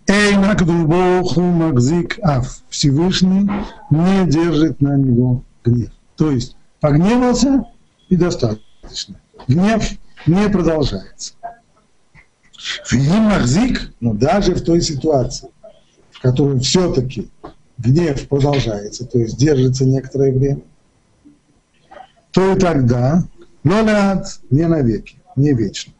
Эйн акдубоху макзик аф. Всевышний не держит на него гнев. То есть погневался и достаточно. Гнев не продолжается. Махзик, но даже в той ситуации, в которой все-таки гнев продолжается, то есть держится некоторое время, то и тогда лолят не навеки, не вечно.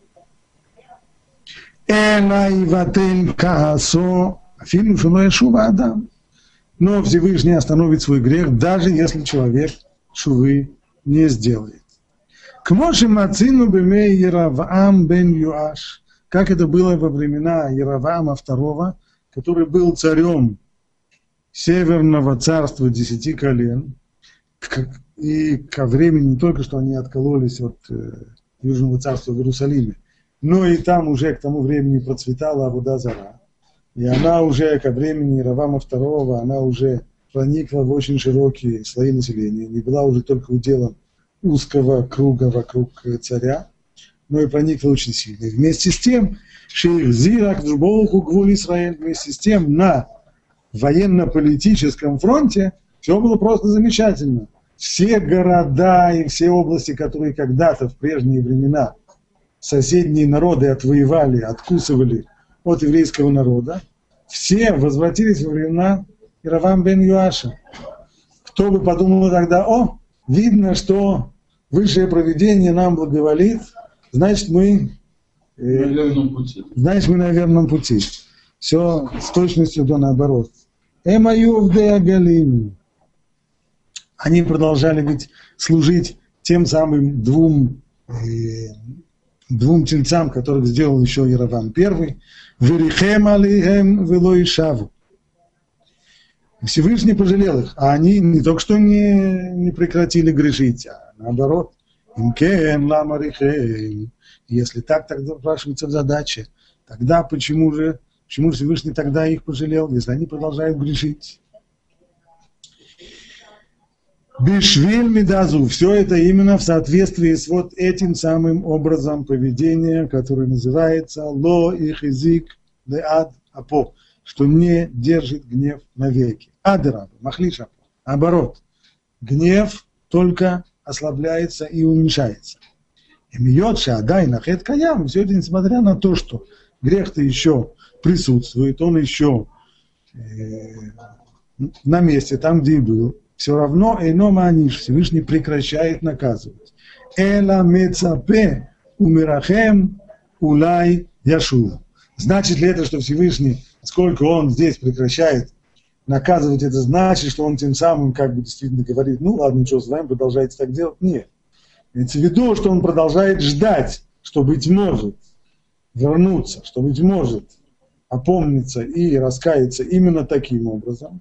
Эла иватель каасо афилу шело ешува адам. Но Всевышний остановит свой грех, даже если человек шувы не сделает. Кмоши мацину бемей Яровам бен Юаш, как это было во времена Яровама II, который был царем Северного царства 10 колен, и ко времени не только что они откололись от Южного царства в Иерусалиме, но и там уже к тому времени процветала Авода Зара. И она уже ко времени Яровама II, она уже проникла в очень широкие слои населения, не была уже только уделом узкого круга вокруг царя, но и проникла очень сильно. И вместе с тем, вместе с тем на военно-политическом фронте все было просто замечательно. Все города и все области, которые когда-то в прежние времена соседние народы отвоевали, откусывали от еврейского народа, все возвратились во времена Яровам бен Юаша. Кто бы подумал тогда: о, видно, что высшее провидение нам благоволит, значит мы на верном пути. Все с точностью до наоборот. Они продолжали ведь служить тем самым двум тельцам, которых сделал еще Яровам I. Верихем алейхем вело ишаву. Всевышний пожалел их, а они не только что не прекратили грешить, а наоборот. Имкен ламарихем. Если так, тогда спрашивается задача. Тогда почему Всевышний тогда их пожалел, если они продолжают грешить? Бишвиль медазу. Все это именно в соответствии с вот этим самым образом поведения, который называется ло и хизик де ад апо, что не держит гнев навеки. Адераб, махлиша, наоборот. Гнев только ослабляется и уменьшается. И мьется адай нахет каям. Все это несмотря на то, что грех-то еще присутствует, он еще на месте, там, где и был. Все равно эйно мааниш, Всевышний прекращает наказывать. Эла мецапе умирахем улай яшу. Значит ли это, что Всевышний, сколько он здесь прекращает наказывать, это значит, что он тем самым как бы действительно говорит: ну ладно, что с вами, продолжайте так делать? Нет. Имеется в виду, что он продолжает ждать, что, быть может, вернуться, что, быть может, опомниться и раскаяться именно таким образом.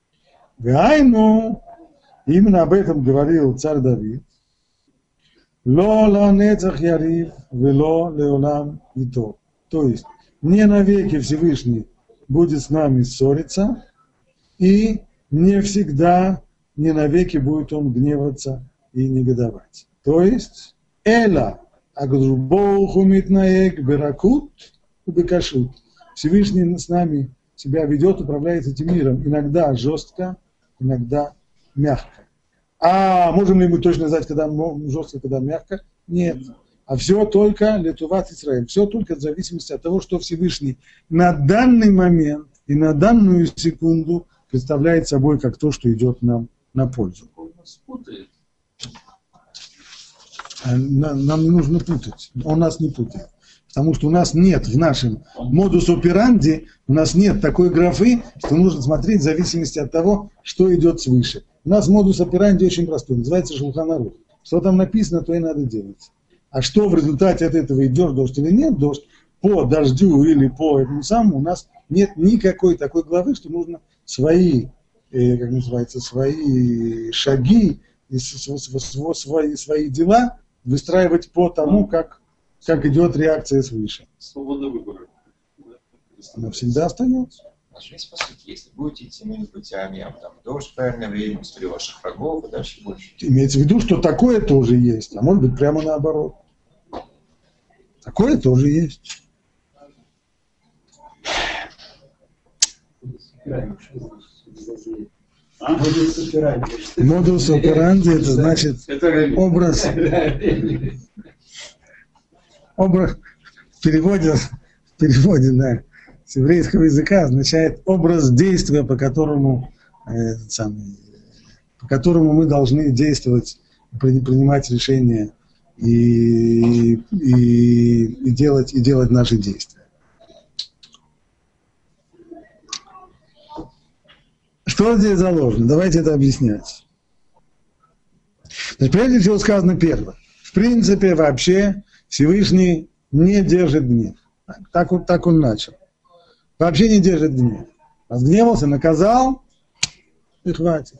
Именно об этом говорил царь Давид. Ло ла нецах ярив вело леолам ито. То есть не навеки Всевышний будет с нами ссориться, и не всегда, не навеки будет он гневаться и негодовать. То есть эла агдрубоуху митнаек беракут убекашут. Всевышний с нами себя ведет, управляет этим миром, иногда жестко, иногда мягко. А можем ли мы точно знать, когда жестко, когда мягко? Нет. А все только летуват Исраэль. Все только в зависимости от того, что Всевышний на данный момент и на данную секунду представляет собой как то, что идет нам на пользу. Нам не нужно путать. Он нас не путает. Потому что у нас нет в нашем модус операнди, у нас нет такой графы, что нужно смотреть в зависимости от того, что идет свыше. У нас модус операнди очень простой, называется Шулхан Арух. Что там написано, то и надо делать. А что в результате от этого идет дождь или нет дождь, по дождю или по этому самому, у нас нет никакой такой главы, что нужно свои, как называется, свои шаги, свои дела выстраивать по тому, как идет реакция свыше. Свобода выбора. Она всегда остается. Здесь, по сути, если будете идти иными путями, там, дождь в правильное время, история ваших врагов, и дальше больше. Имеется в виду, что такое тоже есть, а может быть прямо наоборот. Такое тоже есть. Модус операнди это значит образ в переводе да, с еврейского языка означает образ действия, по которому мы должны действовать, принимать решения и делать наши действия. Что здесь заложено? Давайте это объяснять. Значит, прежде всего сказано первое. В принципе, вообще Всевышний не держит гнев. Так он начал. Вообще не держит гнев. Разгневался, наказал, и хватит.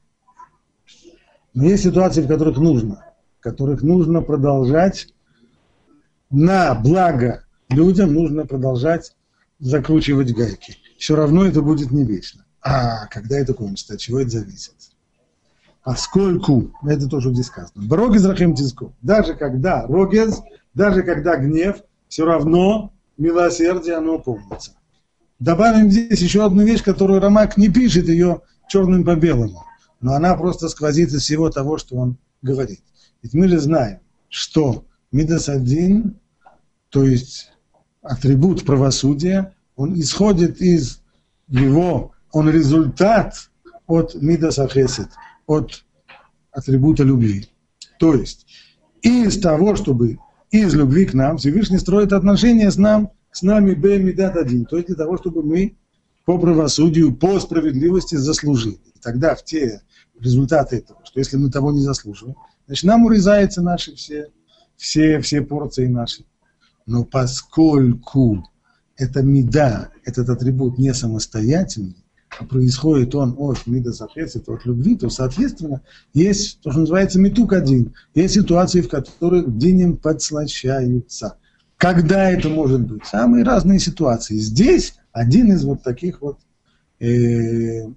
Но есть ситуации, в которых нужно продолжать на благо людям, нужно продолжать закручивать гайки. Все равно это будет не вечно. А когда это кончится, от чего это зависит? Поскольку, это тоже здесь сказано, рогез рахем тизко, даже когда гнев, все равно милосердие, оно помнится. Добавим здесь еще одну вещь, которую Рамак не пишет ее черным по белому, но она просто сквозит из всего того, что он говорит. Ведь мы же знаем, что мидас адин, то есть атрибут правосудия, он исходит из его, он результат от мидас ахесед, от атрибута любви. То есть из того, чтобы из любви к нам Всевышний строит отношения с нами бе мидат один, то есть для того, чтобы мы по правосудию, по справедливости заслужили. И тогда в те результаты этого, что если мы того не заслуживаем, значит нам урезаются наши все порции наши. Но поскольку это мида, этот атрибут не самостоятельный, а происходит он от мидас ахесед, от любви, то, соответственно, есть то, что называется митук один. Есть ситуации, в которых диним подслащаются. Когда это может быть? Самые разные ситуации. Здесь один из вот таких вот, один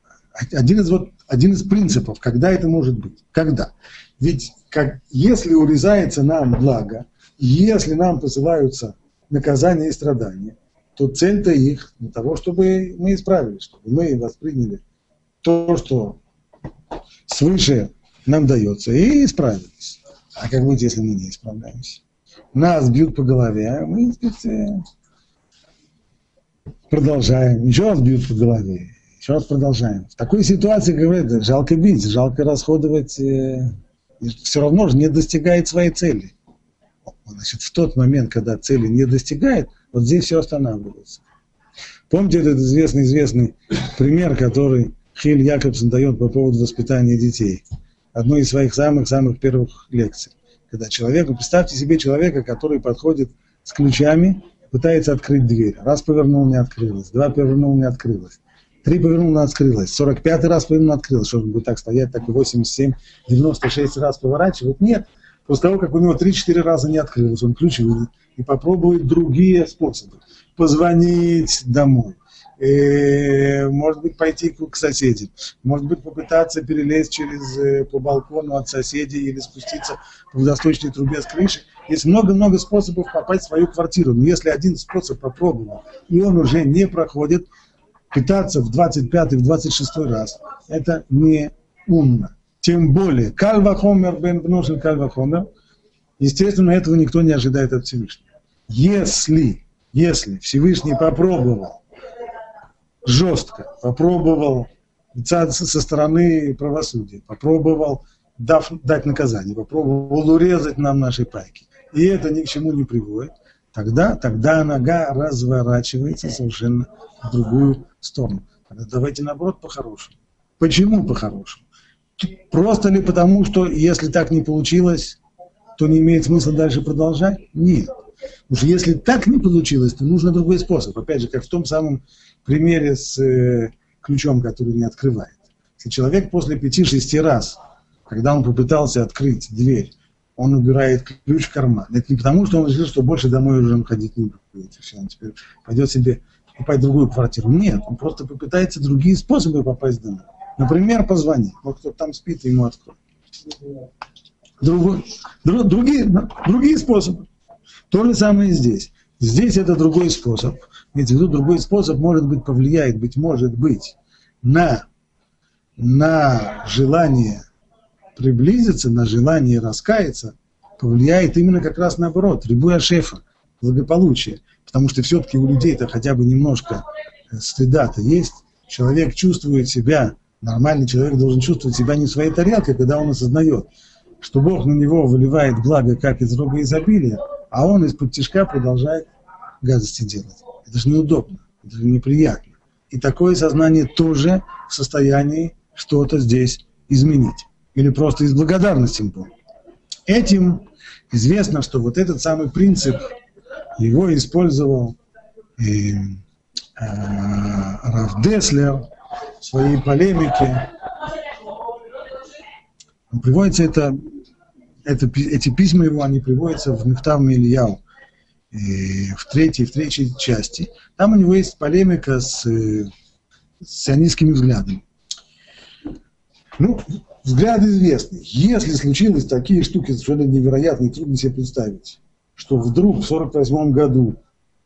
из принципов, когда это может быть. Когда? Ведь если урезается нам благо, если нам посылаются наказания и страдания, то цель-то их для того, чтобы мы исправились, чтобы мы восприняли то, что свыше нам дается, и исправились. А как быть, если мы не исправляемся? Нас бьют по голове, а мы, так сказать, продолжаем. Еще раз бьют по голове, еще раз продолжаем. В такой ситуации, говорят, жалко бить, жалко расходовать, все равно же не достигает своей цели. Значит, в тот момент, когда цели не достигает, вот здесь все останавливается. Помните этот известный пример, который Хиль Якобсон дает по поводу воспитания детей? Одну из своих самых первых лекций. Когда представьте себе человека, который подходит с ключами, пытается открыть дверь. Раз повернул, не открылась. Два повернул, не открылась. Три повернул, не открылась. 45-й раз повернул, не открылась. Что он будет так стоять, так и 87, 96 раз поворачивать? Нет. После того, как у него 3-4 раза не открылось, он ключ выйдет и попробует другие способы. Позвонить домой, может быть, пойти к соседям, может быть, попытаться перелезть по балкону от соседей или спуститься по водосточной трубе с крыши. Есть много-много способов попасть в свою квартиру. Но если один способ попробовал, и он уже не проходит, пытаться в 25-й, в 26-й раз, это не умно. Тем более, кальвахомер бен бношель кальвахомер, естественно, этого никто не ожидает от Всевышнего. Если Всевышний попробовал жестко, попробовал со стороны правосудия, попробовал дать наказание, попробовал урезать нам наши пайки, и это ни к чему не приводит, тогда нога разворачивается совершенно в другую сторону. Тогда давайте наоборот по-хорошему. Почему по-хорошему? Просто ли потому, что если так не получилось, то не имеет смысла дальше продолжать? Нет. Потому что если так не получилось, то нужно другой способ. Опять же, как в том самом примере с ключом, который не открывает. Если человек после 5-6 раз, когда он попытался открыть дверь, он убирает ключ в карман. Это не потому, что он решил, что больше домой уже ходить не будет. Все, он теперь пойдет себе покупать другую квартиру. Нет, он просто попытается другие способы попасть домой. Например, позвонить. Вот кто там спит, ему откроет. Другие способы. То же самое и здесь. Здесь это другой способ. Имеется в виду, другой способ, может быть, повлияет, быть может быть, на желание приблизиться, на желание раскаяться, повлияет именно как раз наоборот, рибуя шефа, благополучие. Потому что все-таки у людей-то хотя бы немножко стыда-то есть. Человек чувствует себя, нормальный человек должен чувствовать себя не в своей тарелке, когда он осознает, что Бог на него выливает благо, как из рога изобилия, а он из-под тишка продолжает гадости делать. Это же неудобно, это же неприятно. И такое сознание тоже в состоянии что-то здесь изменить. Или просто из благодарности Богу. Этим известно, что вот этот самый принцип, его использовал Рав Деслер в своей полемике. Приводится эти письма его, они приводятся в Мифтав Меэлияу, в третьей части. Там у него есть полемика с сионистскими взглядами. Ну, взгляды известны. Если случилось такие штуки совершенно невероятные, трудно себе представить, что вдруг в 1948 году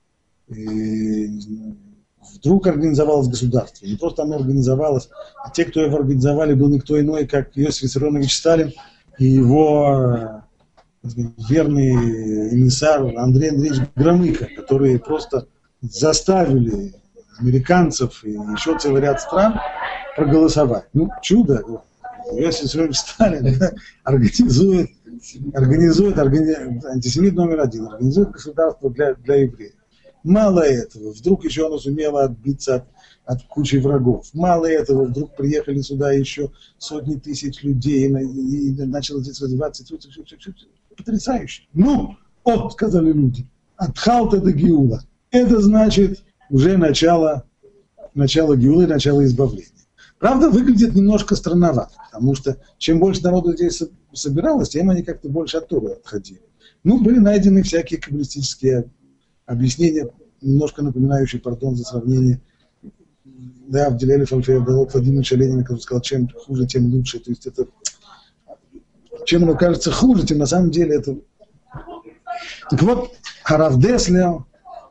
вдруг организовалось государство. Не просто оно организовалось, а те, кто его организовали, был никто иной, как Иосиф Виссарионович Сталин и его верный эмиссар Андрей Андреевич Громыко, которые просто заставили американцев и еще целый ряд стран проголосовать. Ну, чудо. Иосиф Виссарионович Сталин организует антисемит номер один, организует государство для евреев. Мало этого, вдруг еще оно сумело отбиться от кучи врагов. Мало этого, вдруг приехали сюда еще сотни тысяч людей, и начало здесь развиваться. Потрясающе. Ну, сказали люди, от халта до геула. Это значит уже начало геулы, начало избавления. Правда, выглядит немножко странновато, потому что чем больше народу здесь собиралось, тем они как-то больше от Торы отходили. Ну, были найдены всякие каббалистические объяснения, немножко напоминающие, пардон за сравнение, да, Авдель Владимировича Ленина, который сказал, чем хуже, тем лучше. То есть это, чем оно кажется хуже, тем на самом деле это... Так вот, Рав Деслер,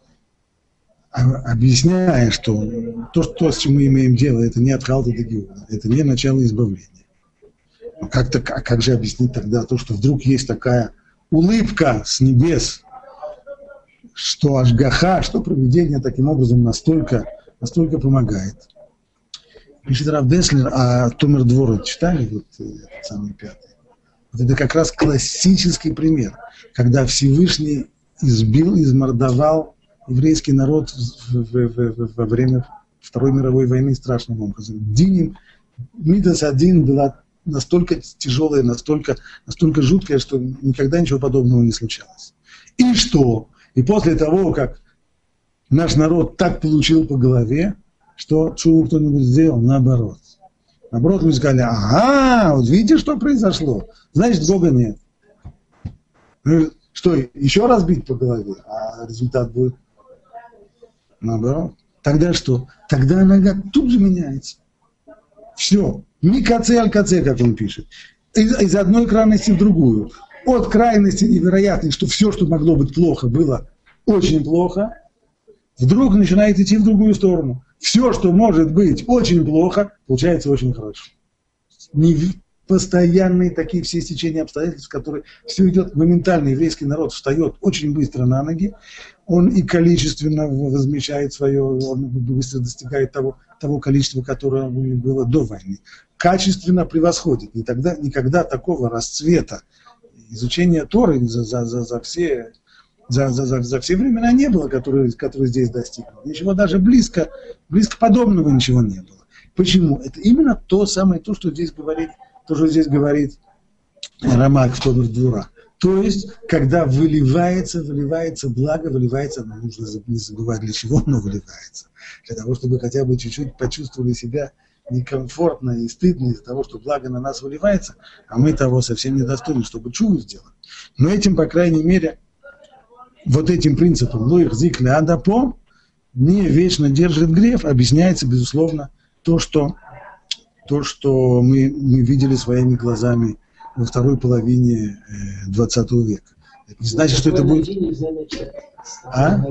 объясняя, что то, с чем мы имеем дело, это не от халта до геула, это не начало избавления. Но как же объяснить тогда то, что вдруг есть такая улыбка с небес, что ашгаха, что провидение таким образом настолько помогает. Пишет Рав Деслер, а Томер Двора читали, вот этот самый пятый? Вот это как раз классический пример, когда Всевышний измордовал еврейский народ во время Второй мировой войны страшным образом. Диним Мидас один была настолько тяжелая, настолько жуткая, что никогда ничего подобного не случалось. И что? И после того, как наш народ так получил по голове, что чудо кто-нибудь сделал, наоборот. Наоборот, мы сказали, ага, вот видите, что произошло? Значит, Бога нет. Ну, что, еще раз бить по голове, а результат будет наоборот. Тогда что? Тогда нога тут же меняется. Все. Микаце аль-каце, как он пишет. Из одной крайности в другую. От крайности невероятной, что все, что могло быть плохо, было очень плохо, вдруг начинает идти в другую сторону. Все, что может быть очень плохо, получается очень хорошо. Постоянные такие все стечения обстоятельств, которые все идет моментально, еврейский народ встает очень быстро на ноги, он и количественно возмещает свое, он быстро достигает того количества, которое было до войны. Качественно превосходит. Никогда такого расцвета изучения Торы за все времена не было, которые здесь достигли. Ничего даже близко подобного ничего не было. Почему? Это именно то самое, что здесь говорит Рамак в Томер Двора. То есть, когда выливается благо, нужно не забывать, для чего оно выливается. Для того, чтобы хотя бы чуть-чуть почувствовали себя некомфортно и стыдно из-за того, что благо на нас выливается, а мы того совсем не достойны, чтобы чуву сделать. Но этим, по крайней мере, вот этим принципом «лоих зик ле адапо» не вечно держит грех, объясняется, безусловно, то, что мы видели своими глазами во второй половине XX века. Это не значит, что это будет... А?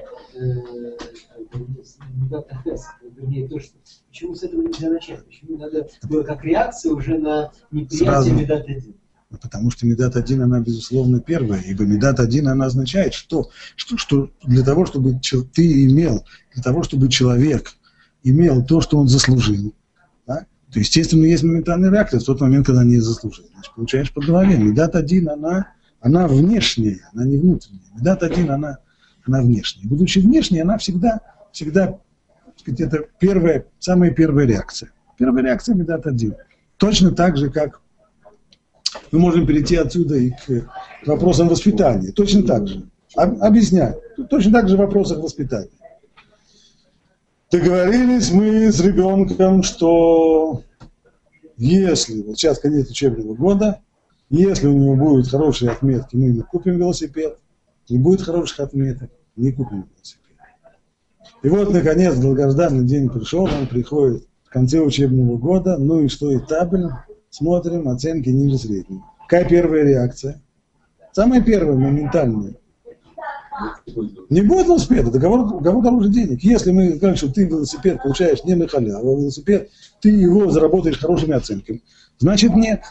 Почему с этого нельзя начать? Почему надо было как реакция уже на неприятие Медат один? Потому что Медат один, она, безусловно, первая. Ибо Медат один, она означает, что для того, чтобы ты имел, для того, чтобы человек имел то, что он заслужил, да, то, естественно, есть моментальная реакция в тот момент, когда не заслужил. Значит, получаешь по голове. Медат один, она внешняя, она не внутренняя. Медат один, она внешняя. Будучи внешней, она всегда, так сказать, это самая первая реакция. Первая реакция Медат один. Точно так же, как мы можем перейти отсюда и к вопросам воспитания. Точно так же. Объясняю. Точно так же в вопросах воспитания. Договорились мы с ребенком, что если, вот сейчас конец учебного года, если у него будут хорошие отметки, мы ему купим велосипед. Не будет хороших отметок, не купим велосипед. И вот, наконец, долгожданный день пришел, он приходит в конце учебного года, ну и что, и табель, смотрим, оценки ниже среднего. Какая первая реакция? Самая первая, моментальная. Не будет велосипеда, договор дороже денег. Если мы скажем, что ты велосипед получаешь не на халяву, а велосипед, ты его заработаешь хорошими оценками, значит нет.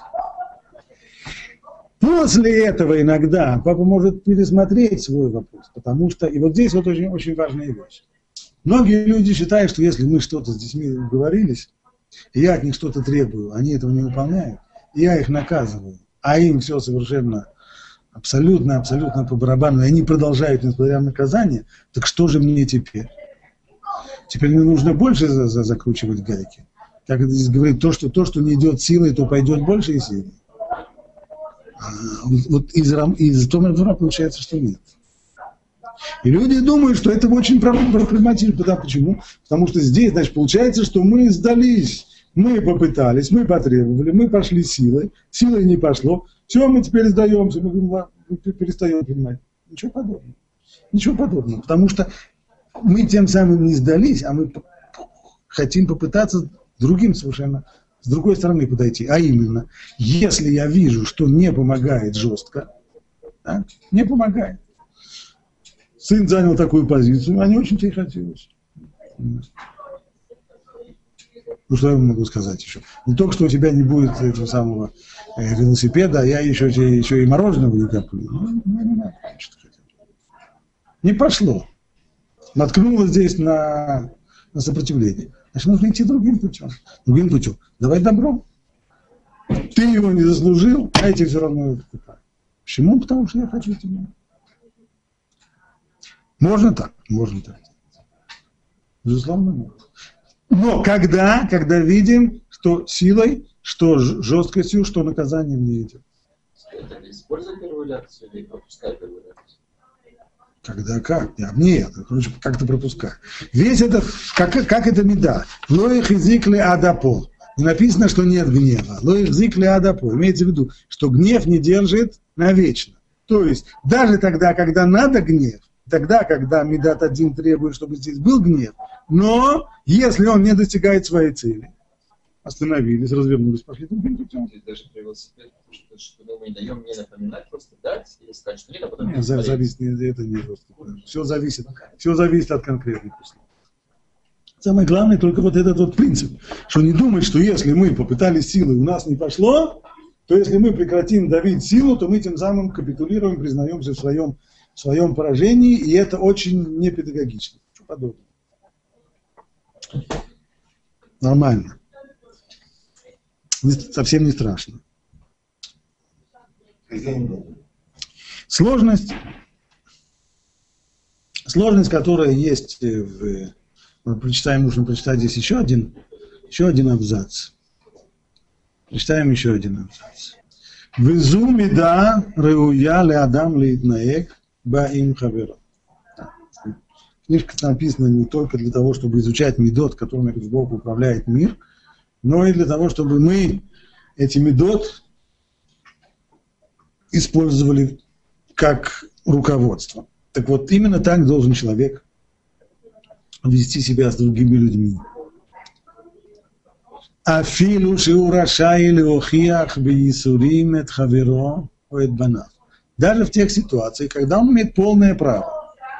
После этого иногда папа может пересмотреть свой вопрос, потому что, и вот здесь вот очень, очень важная вещь. Многие люди считают, что если мы что-то с детьми договорились, и я от них что-то требую, они этого не выполняют, и я их наказываю, а им все совершенно, абсолютно по барабану, и они продолжают, несмотря на наказание, так что же мне теперь? Теперь мне нужно больше закручивать гайки. Как это здесь говорит, то, что не идет силой, то пойдет больше и силой. Вот из Томер-Дора получается, что нет. И люди думают, что это очень проблематично. Почему? Потому что здесь, значит, получается, что мы сдались, мы попытались, мы потребовали, мы пошли силой не пошло, все, мы теперь сдаемся, мы перестаем принимать. Ничего подобного. Потому что мы тем самым не сдались, а мы хотим попытаться другим совершенно, с другой стороны подойти. А именно, если я вижу, что не помогает жестко, да, не помогает. Сын занял такую позицию, а не очень тебе хотелось. Ну, что я могу сказать еще? Не только, что у тебя не будет этого самого велосипеда, а я еще и мороженого не коплю. Не пошло. Наткнулось здесь на сопротивление. Значит, нужно идти другим путем. Давай добром. Ты его не заслужил, а я тебе все равно его покупаю. Почему? Потому что я хочу тебя. Можно так? Можно так. Безусловно, можно. Но когда видим, что силой, что жесткостью, что наказанием не идет. Это использовать первую реакцию или пропускать первую реакцию? Когда как? Нет, короче, как-то пропускай. Весь это, как это меда. Лоих изикли адапо. Написано, что нет гнева. Лоих изикли адапо. Имеется в виду, что гнев не держит навечно. То есть, даже тогда, когда надо гнев, тогда, когда Медат один требует, чтобы здесь был гнев, но если он не достигает своей цели, остановились, развернулись, пошли другим путем. Даже при велосипеде, что мы не даем мне напоминать, просто дать и сказать, что нет, а потом... Нет, зависит, это не просто. Все зависит от конкретных условий. Самое главное только вот этот вот принцип, что не думать, что если мы попытались силой, у нас не пошло, то если мы прекратим давить силу, то мы тем самым капитулируем, признаемся в своем поражении, и это очень непедагогично. Что подобное. Нормально. Совсем не страшно. Сложность, которая есть нужно прочитать здесь еще один абзац. Прочитаем еще один абзац. Везу меда реуя ле адам леитнаек баим хаверо. Книжка написана не только для того, чтобы изучать медот, которыми Бог управляет мир, но и для того, чтобы мы эти медот использовали как руководство. Так вот, именно так должен человек вести себя с другими людьми. Афилу шиу рашай леохиах беисурим эт хаверо о эт банав. даже в тех ситуациях, когда он имеет полное право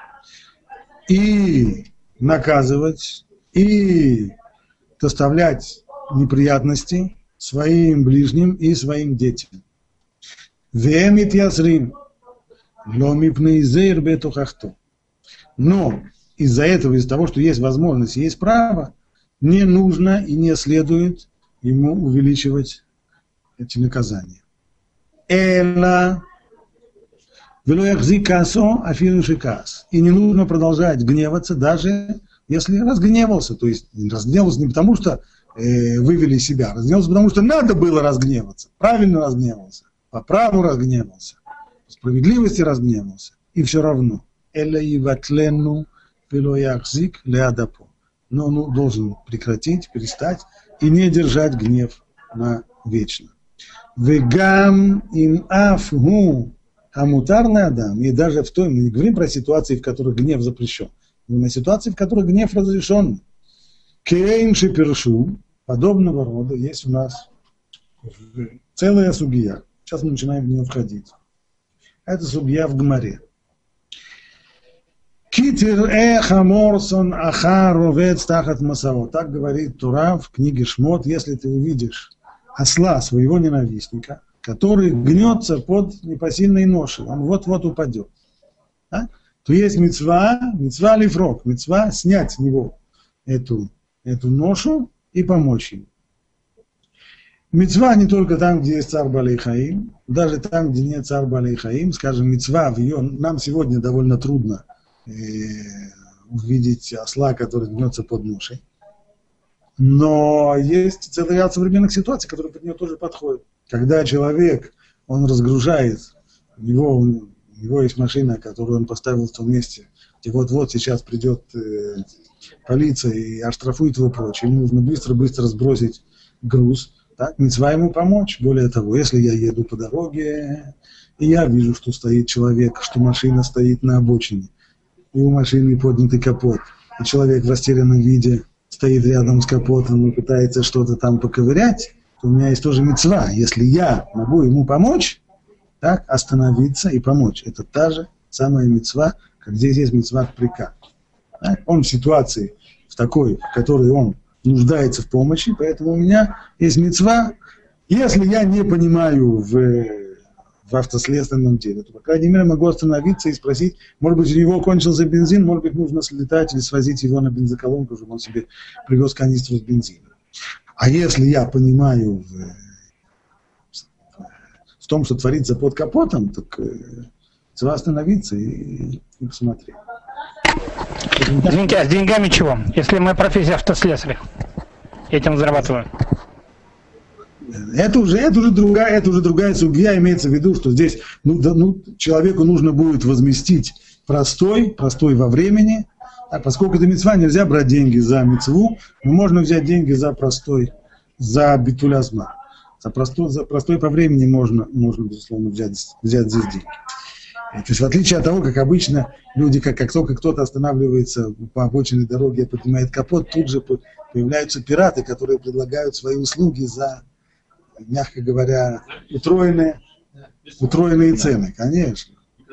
и наказывать, и доставлять неприятности своим ближним и своим детям. Вемит ясрим, ломипный зейр бетухахто. Но из-за этого, из-за того, что есть возможность и есть право, не нужно и не следует ему увеличивать эти наказания. Эла вело яхзик касо афилу шикас. И не нужно продолжать гневаться, даже если разгневался. То есть разгневался не потому, что вывели себя, разгневался, потому что надо было разгневаться. Правильно разгневался, по праву разгневался, по справедливости разгневался. И все равно. Эла иватлену вело яхзик леадапо. Но он должен прекратить, перестать и не держать гнев на вечно. Вегам им афгу амутарный адам. И даже в той, мы не говорим про ситуации, в которых гнев запрещен, но на ситуации, в которых гнев разрешен. Кейм шипершу, подобного рода, есть у нас целая сугия. Сейчас мы начинаем в нее входить. Это сугия в Гмаре. Китер хаморсон ахаровец тахат масао. Так говорит Тура в книге Шмот. Если ты увидишь осла своего ненавистника, который гнется под непосильной ношей, он вот-вот упадет, да? То есть мицва лифрок, мицва снять с него эту ношу и помочь ему. Мицва не только там, где есть царь Балей Хаим, даже там, где нет царь Балей Хаим, скажем, мицва, нам сегодня довольно трудно увидеть осла, который гнется под ношей. Но есть целый ряд современных ситуаций, которые под нее тоже подходят. Когда человек, он разгружает, у него есть машина, которую он поставил в том месте, где вот-вот сейчас придет полиция и оштрафует его прочее. Ему нужно быстро-быстро сбросить груз. Так, мицва ему помочь. Более того, если я еду по дороге, и я вижу, что стоит человек, что машина стоит на обочине, и у машины поднятый капот, и человек в растерянном виде стоит рядом с капотом и пытается что-то там поковырять, то у меня есть тоже мицва. Если я могу ему помочь, так, остановиться и помочь. Это та же самая мицва, как здесь есть мицва приказ. Он в ситуации, в такой, в которой он нуждается в помощи, поэтому у меня есть мицва. Если я не понимаю в автоследственном деле, то, по крайней мере, могу остановиться и спросить, может быть, у него кончился бензин, может быть, нужно слетать или свозить его на бензоколонку, чтобы он себе привез канистру с бензином. А если я понимаю в том, что творится под капотом, так треба остановиться и посмотреть. Извините, а с деньгами чего? Если моя профессия автослесарь, этим зарабатываю. Это уже другая судья, имеется в виду, что здесь человеку нужно будет возместить простой во времени, а поскольку это мицва, нельзя брать деньги за мицву, но можно взять деньги за битуль азман. За простой по времени можно безусловно, взять здесь деньги. То есть в отличие от того, как обычно люди, как только кто-то останавливается по обочине дороги и поднимает капот, тут же появляются пираты, которые предлагают свои услуги за, мягко говоря, утроенные цены. Конечно.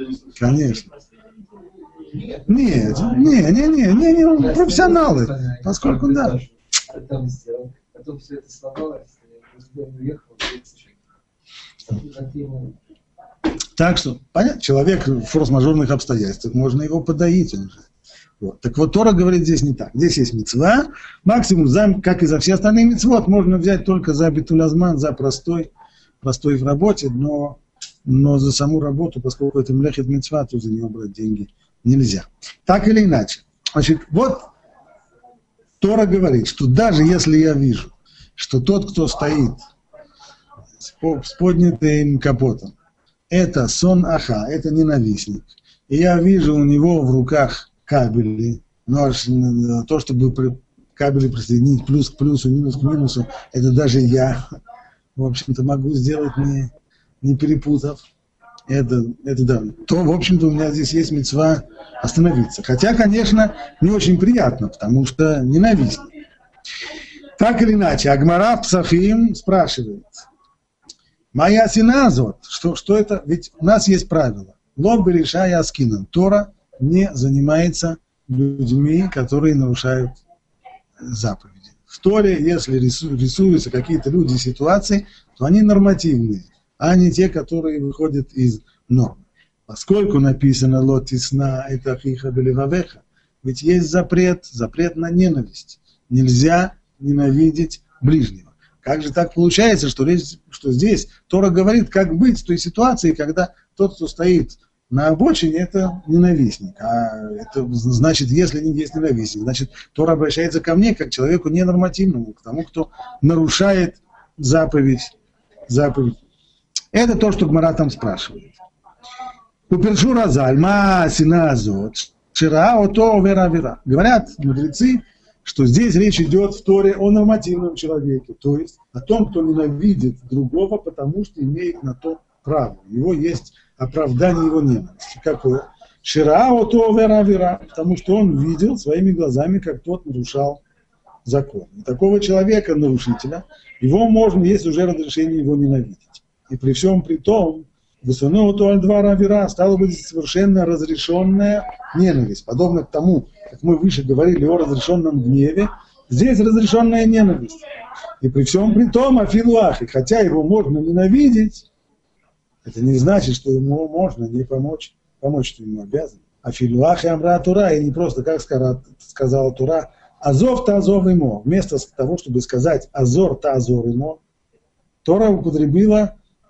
Нет, профессионалы, поскольку да. Потом все это сломалось, уехал, так что, понятно, человек в форс-мажорных обстоятельствах, можно его подоить. Вот. Так вот, Тора говорит здесь не так. Здесь есть мицва, максимум, как и за все остальные мицвот, можно взять только за битуль азман, за простой в работе, но за саму работу, поскольку это млехет мицва, то за нее брать деньги нельзя. Так или иначе. Значит, вот Тора говорит, что даже если я вижу, что тот, кто стоит с поднятым капотом, это сон аха, это ненавистник. И я вижу у него в руках кабели, но то, чтобы кабели присоединить плюс к плюсу, минус к минусу, это даже я, в общем-то, могу сделать, не перепутав. Это да. То, в общем-то, у меня здесь есть мицва остановиться. Хотя, конечно, не очень приятно, потому что ненавистник. Так или иначе, Агмара Псахим спрашивает. Моя синазот, что это? Ведь у нас есть правило. Лоб решая аскинан. Тора не занимается людьми, которые нарушают заповеди. В Торе, если рисуются какие-то люди, ситуации, то они нормативные, а не те, которые выходят из нормы. Поскольку написано «Лотисна это хиха белевавеха», ведь есть запрет на ненависть. Нельзя ненавидеть ближнего. Как же так получается, что здесь Тора говорит, как быть в той ситуации, когда тот, кто стоит на обочине, это ненавистник. А это значит, если не есть ненавистник, значит, Тора обращается ко мне, как к человеку ненормативному, к тому, кто нарушает заповедь. Это то, что Гмара там спрашивает. Упершу разаль, ма синазот, шира ото вера. Говорят мудрецы, что здесь речь идет в Торе о нормативном человеке, то есть о том, кто ненавидит другого, потому что имеет на то право. У него есть оправдание его ненависти. Какое? Шира ото вера, потому что он видел своими глазами, как тот нарушал закон. И такого человека, нарушителя, его можно, есть уже разрешение его ненавидеть. И при всем при том, стала быть совершенно разрешенная ненависть. Подобно к тому, как мы выше говорили о разрешенном гневе, здесь разрешенная ненависть. И при всем при том, афилуахи, хотя его можно ненавидеть, это не значит, что ему можно не помочь, что ему обязан. Афилуахи амра Тура, и не просто, как сказала Тура, азов та азов имо. Вместо того, чтобы сказать азор та азор имо, Тора употребила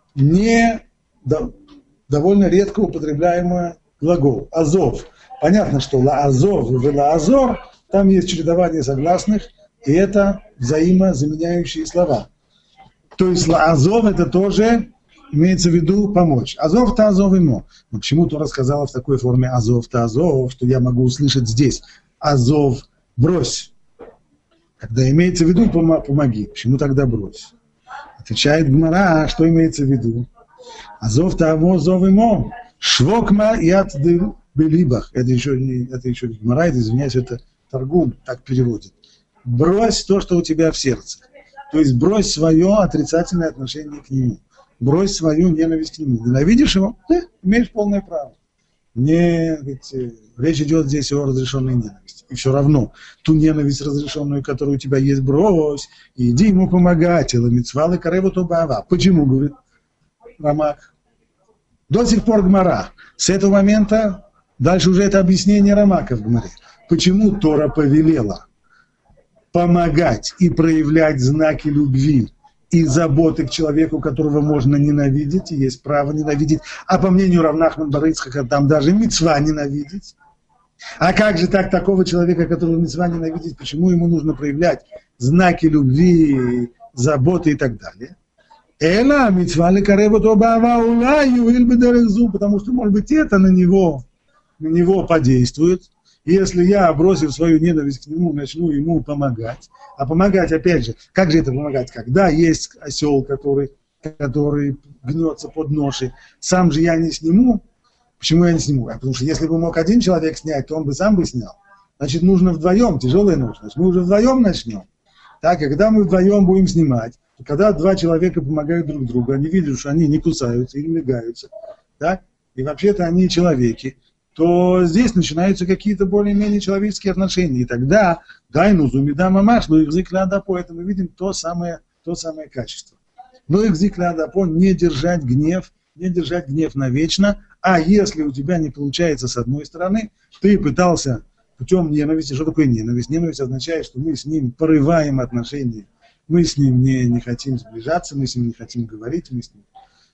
довольно редко употребляемый глагол «азов». Понятно, что «ла-азов» и «ла-азор» там есть чередование согласных, и это взаимозаменяющие слова. То есть «ла-азов» это тоже имеется в виду помочь. «Азов-то азов имо». Но почему Тора сказала в такой форме «азов-то азов», что я могу услышать здесь «азов» брось. Когда имеется в виду «помоги». Почему тогда брось? Отвечает Гмара, что имеется в виду. Азов таво зов имо, швокма яд белибах. Это еще не Гмара, это, извиняюсь, это Таргум так переводит. Брось то, что у тебя в сердце. То есть брось свое отрицательное отношение к нему. Брось свою ненависть к нему. Ненавидишь его? Ты имеешь полное право. Ведь речь идет здесь о разрешенной ненависти. И все равно ту ненависть разрешенную, которая у тебя есть, брось, и иди ему помогать. Эламицвалы кареву тобава. Почему, говорит Рамак? До сих пор Гмара. С этого момента дальше уже это объяснение Рамака в Гмаре. Почему Тора повелела помогать и проявлять знаки любви и заботы к человеку, которого можно ненавидеть, и есть право ненавидеть, а по мнению Рав Нахман бар Ицхака, там даже мицва ненавидеть. А как же так такого человека, которого мицва ненавидеть, почему ему нужно проявлять знаки любви, заботы и так далее? Эла мицва лекареву тобава улаю ильбедерезу, потому что, может быть, это на него подействует. И если я, бросив свою ненависть к нему, начну ему помогать, а помогать, опять же, как же это помогать? Когда есть осел, который гнется под ношей, сам же я не сниму. Почему я не сниму? Потому что если бы мог один человек снять, то он бы сам бы снял. Значит, нужно вдвоем, тяжелая нож. Значит, мы уже вдвоем начнем. Так, и когда мы вдвоем будем снимать, то когда два человека помогают друг другу, они видят, что они не кусаются и не мигаются, так, и вообще-то они человеки, то здесь начинаются какие-то более-менее человеческие отношения. И тогда, дайну зумида мамаш, но их зикля-адапо, это мы видим то самое качество. Но их зикля-адапо не держать гнев навечно, а если у тебя не получается с одной стороны, ты пытался путем ненависти. Что такое ненависть? Ненависть означает, что мы с ним порываем отношения, мы с ним не хотим сближаться, мы с ним не хотим говорить, мы с ним...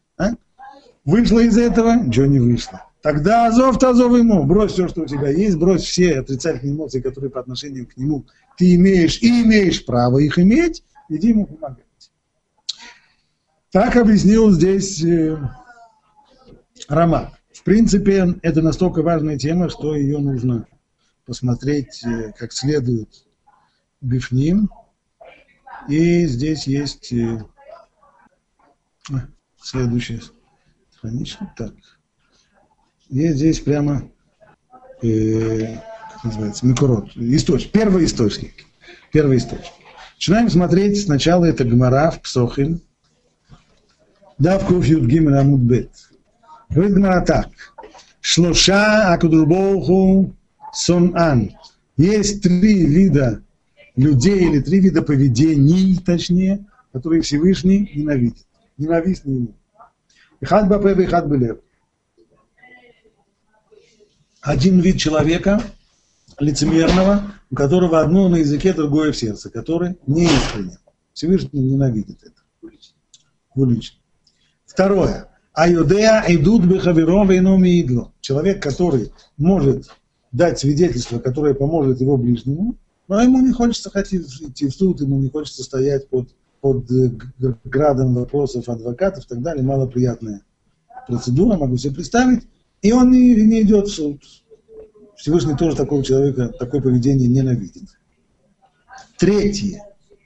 Вышло из этого? Ничего не вышло. Тогда азов-то азов ему. Брось все, что у тебя есть, брось все отрицательные эмоции, которые по отношению к нему ты имеешь право их иметь, иди ему помогать. Так объяснил здесь Рамак. В принципе, это настолько важная тема, что ее нужно посмотреть как следует бифним. И здесь есть следующая страничка. Так. Есть здесь прямо, как называется, микурот, первый источник. Начинаем смотреть сначала это Гмара в Псохим. Дав Куфьют Гимель Амуд Бет. Говорит Гмара так. Шлоша Акудурбоху Сон-Ан. Есть 3 вида людей или 3 вида поведений, точнее, которые Всевышний ненавидит. Ненавистны ему. Ихад бапе, ихад белев. Один вид человека, лицемерного, у которого одно на языке, другое в сердце, который не искренен. Всевышний ненавидит это. Улично. Второе. Айодеа идут бехаверо вейноми идло. Человек, который может дать свидетельство, которое поможет его ближнему, но ему не хочется идти в суд, ему не хочется стоять под градом вопросов адвокатов и так далее. Малоприятная процедура, могу себе представить. И он не идет в суд. Всевышний тоже такого человека, такое поведение ненавидит. Третье.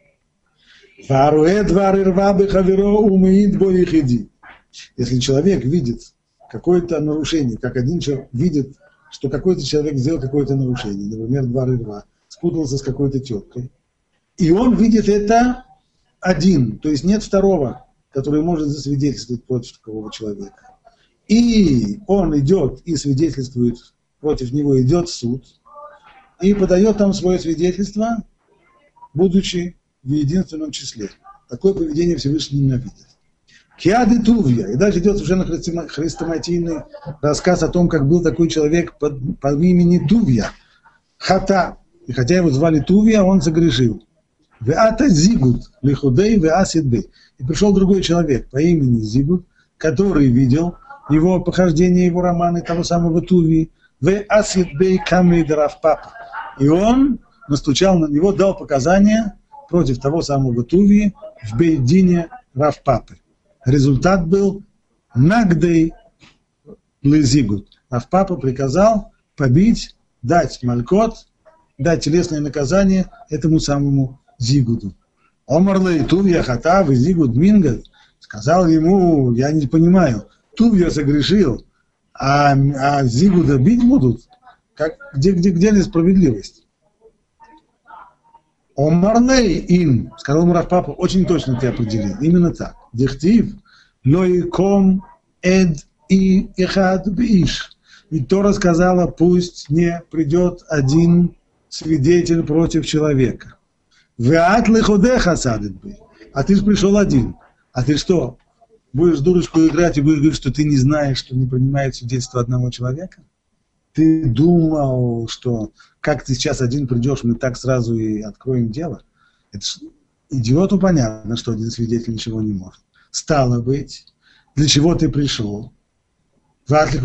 Если человек видит какое-то нарушение, как один человек видит, что какой-то человек сделал какое-то нарушение, например, двар-рва, спутался с какой-то теткой, и он видит это один, то есть нет второго, который может засвидетельствовать против такого человека. И он идет и свидетельствует, против него идет в суд, и подает там свое свидетельство, будучи в единственном числе. Такое поведение Всевышний ненавидит. Киады Тувья. И дальше идет совершенно хрестоматийный рассказ о том, как был такой человек по имени Тувья. Хата. И хотя его звали Тувья, он согрешил. Веата Зигут, лихудей веасидбей. И пришел другой человек по имени Зигут, который видел его похождение, его романы того самого Тувьи. Веасидбей камид Рафпапа. И он настучал на него, дал показания против того самого Тувьи в бейдине Рафпапы. Результат был нагдей лезигут. Рафпапа приказал побить, дать малькот, дать телесное наказание этому самому Зигуду. Омарлей Тувья хатав и Зигуд мингат сказал ему, я не понимаю, Тувья согрешил, а Зигуда бить будут? Где несправедливость? Омарлей им, сказал ему Рафпапа, очень точно ты определил, именно так. Дихтив, лоиком эд и эхад биш. Ведь Тора сказала, пусть не придет один свидетель против человека. Веат лиходеха садит бы. А ты же пришел один. А ты что, будешь дурочку играть и будешь говорить, что ты не знаешь, что не принимает свидетельство одного человека? Ты думал, что как ты сейчас один придешь, мы так сразу и откроем дело? Это ж идиоту понятно, что один свидетель ничего не может. Стало быть, для чего ты пришел? Значит,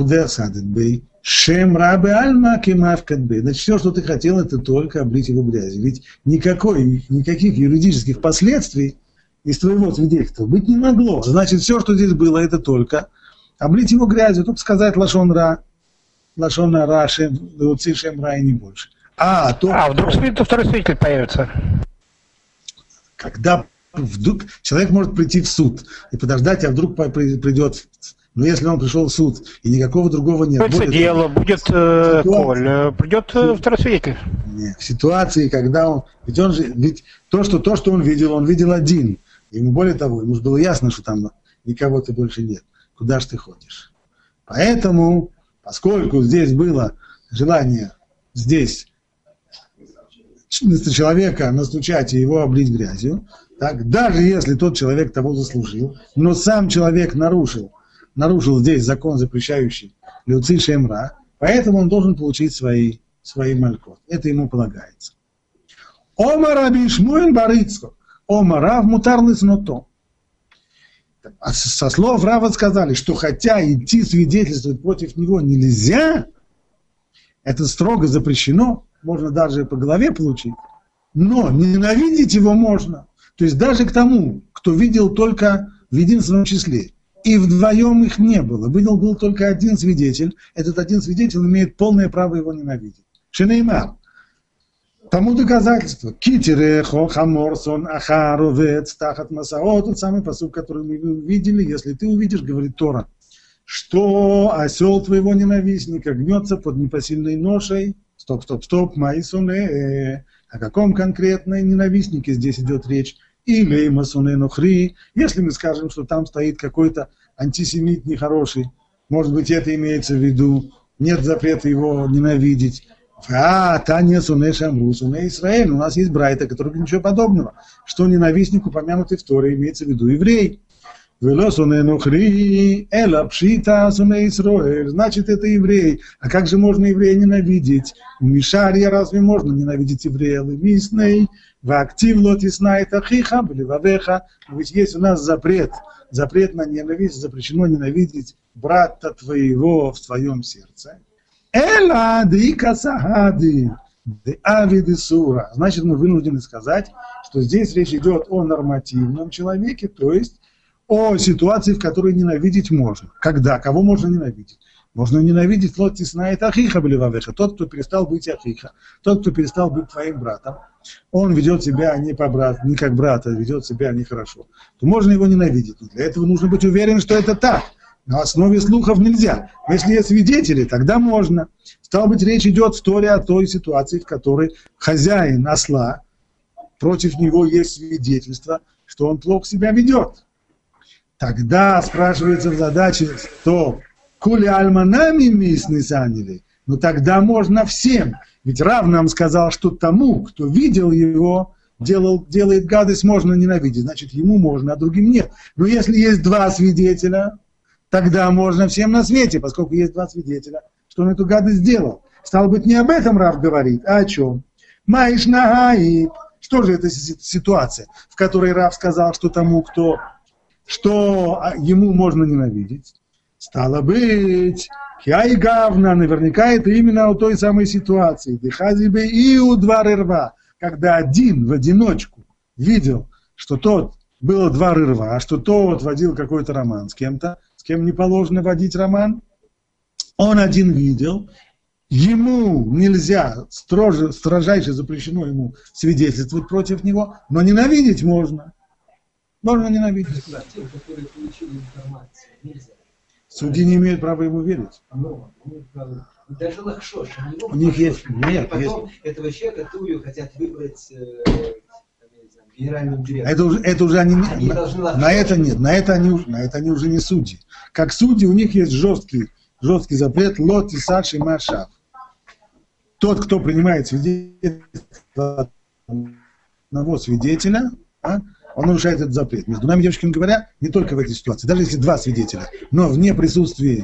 все, что ты хотел, это только облить его грязью. Ведь никаких юридических последствий из твоего свидетельства быть не могло. Значит, все, что здесь было, это только облить его грязью, только сказать лашон ра, шем ра и не больше. Вдруг второй свидетель появится? Когда вдруг человек может прийти в суд и подождать, а вдруг придет. Но если он пришел в суд и никакого другого нет. Дело будет коль, придет второй свидетель. Нет, в ситуации, когда он. Ведь то, что он видел один. Ему более того, ему же было ясно, что там никого-то больше нет. Куда ж ты ходишь? Поэтому, поскольку здесь было желание человека настучать и его облить грязью, так, даже если тот человек того заслужил, но сам человек нарушил здесь закон, запрещающий леуци шем ра, поэтому он должен получить свои малькот. Это ему полагается. Омар Раби Шмуэль бар Ицхак, Омар Рав мутар лисното. Со слов Рава сказали, что хотя идти свидетельствовать против него нельзя, это строго запрещено, можно даже по голове получить, но ненавидеть его можно. То есть даже к тому, кто видел только в единственном числе, и вдвоем их не было, был только один свидетель, этот один свидетель имеет полное право его ненавидеть. Шенеймар. Тому доказательство. Китерехо, хаморсон, ахаровец, тахат масао, тот самый посуд, который мы увидели, если ты увидишь, говорит Тора, что осел твоего ненавистника гнется под непосильной ношей. Стоп, Маисуне. О каком конкретно ненавистнике здесь идет речь? или масуне нохри, если мы скажем, что там стоит какой-то антисемит нехороший, может быть, это имеется в виду, нет запрета его ненавидеть. Таня суне шамру, суне Исраэль. У нас есть брайта, который ничего подобного, что ненавистник, упомянутый в Торе, имеется в виду еврей. Вело суне нохри, эла пшита суне Исраэль. Значит, это еврей. А как же можно еврея ненавидеть? В Мишаре разве можно ненавидеть еврея? Лемисный, в актив лотиснайт ахиха, блевавеха. Ведь есть у нас запрет на ненависть, запрещено ненавидеть брата твоего в твоем сердце. Эла дика сахади, де авиды сура. Значит, мы вынуждены сказать, что здесь речь идет о нормативном человеке, то есть о ситуации, в которой ненавидеть можно. Когда? Кого можно ненавидеть? Можно ненавидеть лотиснайт ахиха блевавеха, тот, кто перестал быть ахиха, тот, кто перестал быть твоим братом. Он ведет себя не как брат, а ведет себя нехорошо. То можно его ненавидеть. Но для этого нужно быть уверен, что это так. На основе слухов нельзя. Но если есть свидетели, тогда можно. Стало быть, речь идет в Торе о той ситуации, в которой хозяин осла, против него есть свидетельство, что он плохо себя ведет. Тогда спрашивается в задаче, что «Кули альманами мисны санили», но тогда можно всем. Ведь Рав нам сказал, что тому, кто видел его, делает гадость, можно ненавидеть. Значит, ему можно, а другим нет. Но если есть два свидетеля, тогда можно всем на свете, поскольку есть два свидетеля, что он эту гадость сделал. Стало быть, не об этом Рав говорит, а о чем? Маиш нагаит. Что же это ситуация, в которой Рав сказал, что тому, что ему можно ненавидеть? Стало быть, хяй гавна, наверняка это именно о той самой ситуации. Дыхазибе и у два рва, когда один в одиночку видел, что тот было два рва, что тот водил какой-то роман с кем-то, с кем не положено водить роман, он один видел, ему нельзя, строжайше запрещено ему свидетельствовать против него, но ненавидеть можно. Можно ненавидеть. Тем, которые получили информацию, нельзя. Судьи не имеют права ему верить. Даже лахшош. У них есть, нет, потом есть. этого человека Тулью хотят выбрать генеральным директором. Это уже они на это нет, на это они уже не судьи. Как судьи у них есть жесткий запрет лот и саши машав. Тот, кто принимает свидетельство одного свидетеля, он нарушает этот запрет. Между нами, девочками говоря, не только в этой ситуации, даже если два свидетеля, но вне присутствия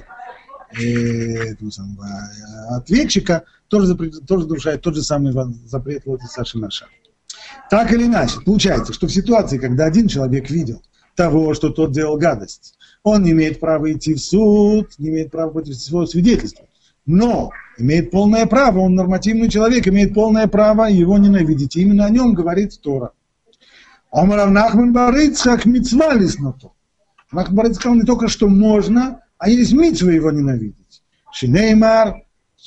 ответчика, тоже нарушает тот же самый запрет лот и саши машав. Так или иначе, получается, что в ситуации, когда один человек видел того, что тот делал гадость, он не имеет права идти в суд, не имеет права против своего свидетельства, но имеет полное право, он нормативный человек, имеет полное право его ненавидеть. И именно о нем говорит Тора. Омар Нахман бар Ицхак мицва лисното. Нахман бар Ицхак сказал не только, что можно, а есть мицва его ненавидеть. Шинеймар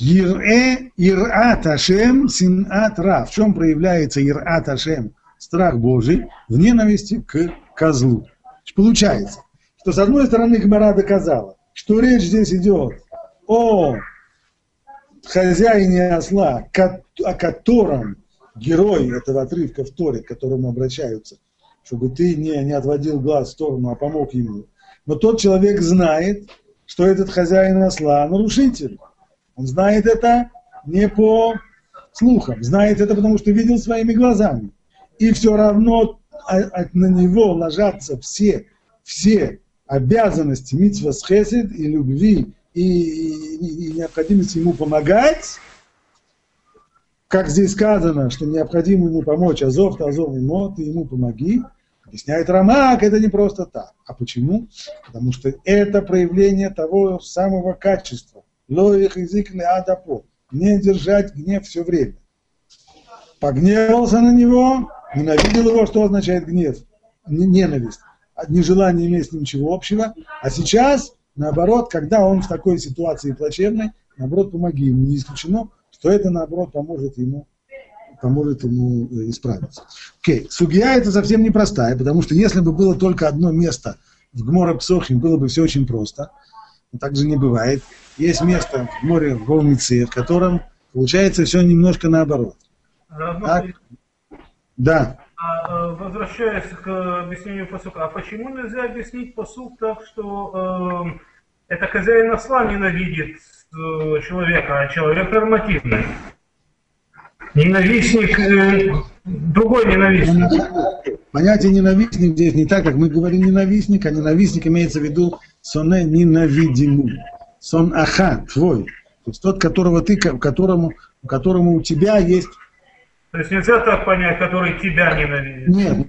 Ират Ашем синат Ра. В чем проявляется Ират Ашем, страх Божий, в ненависти к козлу. Получается, что с одной стороны Гмара доказала, что речь здесь идет о хозяине осла, о котором герой этого отрывка в Торе, к которому обращаются, чтобы ты не отводил глаз в сторону, а помог ему. Но тот человек знает, что этот хозяин осла нарушитель. Он знает это не по слухам, знает это, потому что видел своими глазами. И все равно на него ложатся все обязанности мицвас хесед и любви, и необходимость ему помогать. Как здесь сказано, что необходимо ему помочь, азов имо, ты ему помоги. Объясняет Рамак, это не просто так. А почему? Потому что это проявление того самого качества. Лоих язык не адапо. Не держать гнев все время. Погневался на него, ненавидел его, что означает гнев? Ненависть. Нежелание иметь с ним ничего общего. А сейчас, наоборот, когда он в такой ситуации плачевной, наоборот, помоги ему. Не исключено, что это, наоборот, поможет ему исправиться. Окей. Сугья это совсем непростая, потому что если бы было только одно место в Гморе Псохим, было бы все очень просто. Но так же не бывает. Есть место в море Голмице, в котором получается все немножко наоборот. Так? Да. Возвращаясь к объяснению посука, а почему нельзя объяснить посук так, что это хозяин осла ненавидит человека, а человек нормативный? Ненавистник, другой ненавистник. Понятие ненавистник здесь не так, как мы говорим ненавистник, а ненавистник имеется в виду соне ненавидимый. Сон аха, твой. То есть тот, которого ты, у которому у тебя есть. То есть нельзя так понять, который тебя ненавидит?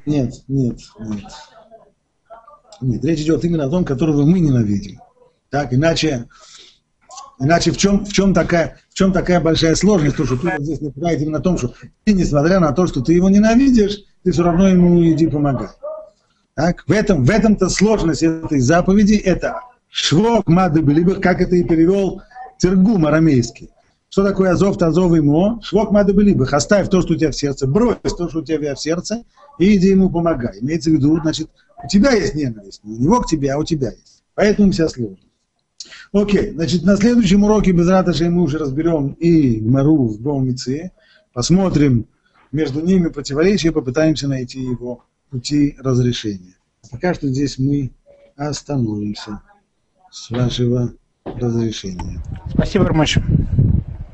Нет. Речь идет именно о том, которого мы ненавидим. Так, иначе в чем такая большая сложность, то, что ты вот здесь напирает именно на том, что ты, несмотря на то, что ты его ненавидишь, ты все равно ему иди помогай. Так, в этом-то сложность этой заповеди, это швок мады белибах, как это и перевел Тергум арамейский. Что такое азов тазов ему? Швок мады белибах. Оставь то, что у тебя в сердце, брось то, что у тебя в сердце, и иди ему помогай. Имеется в виду, значит, у тебя есть ненависть, не у него к тебе, а у тебя есть. Поэтому вся сложность. Окей, значит, на следующем уроке без раташи мы уже разберем и Гмару в Баумице, посмотрим между ними противоречия, попытаемся найти его пути разрешения. Пока что здесь мы остановимся с вашего разрешения. Спасибо, Рамыш.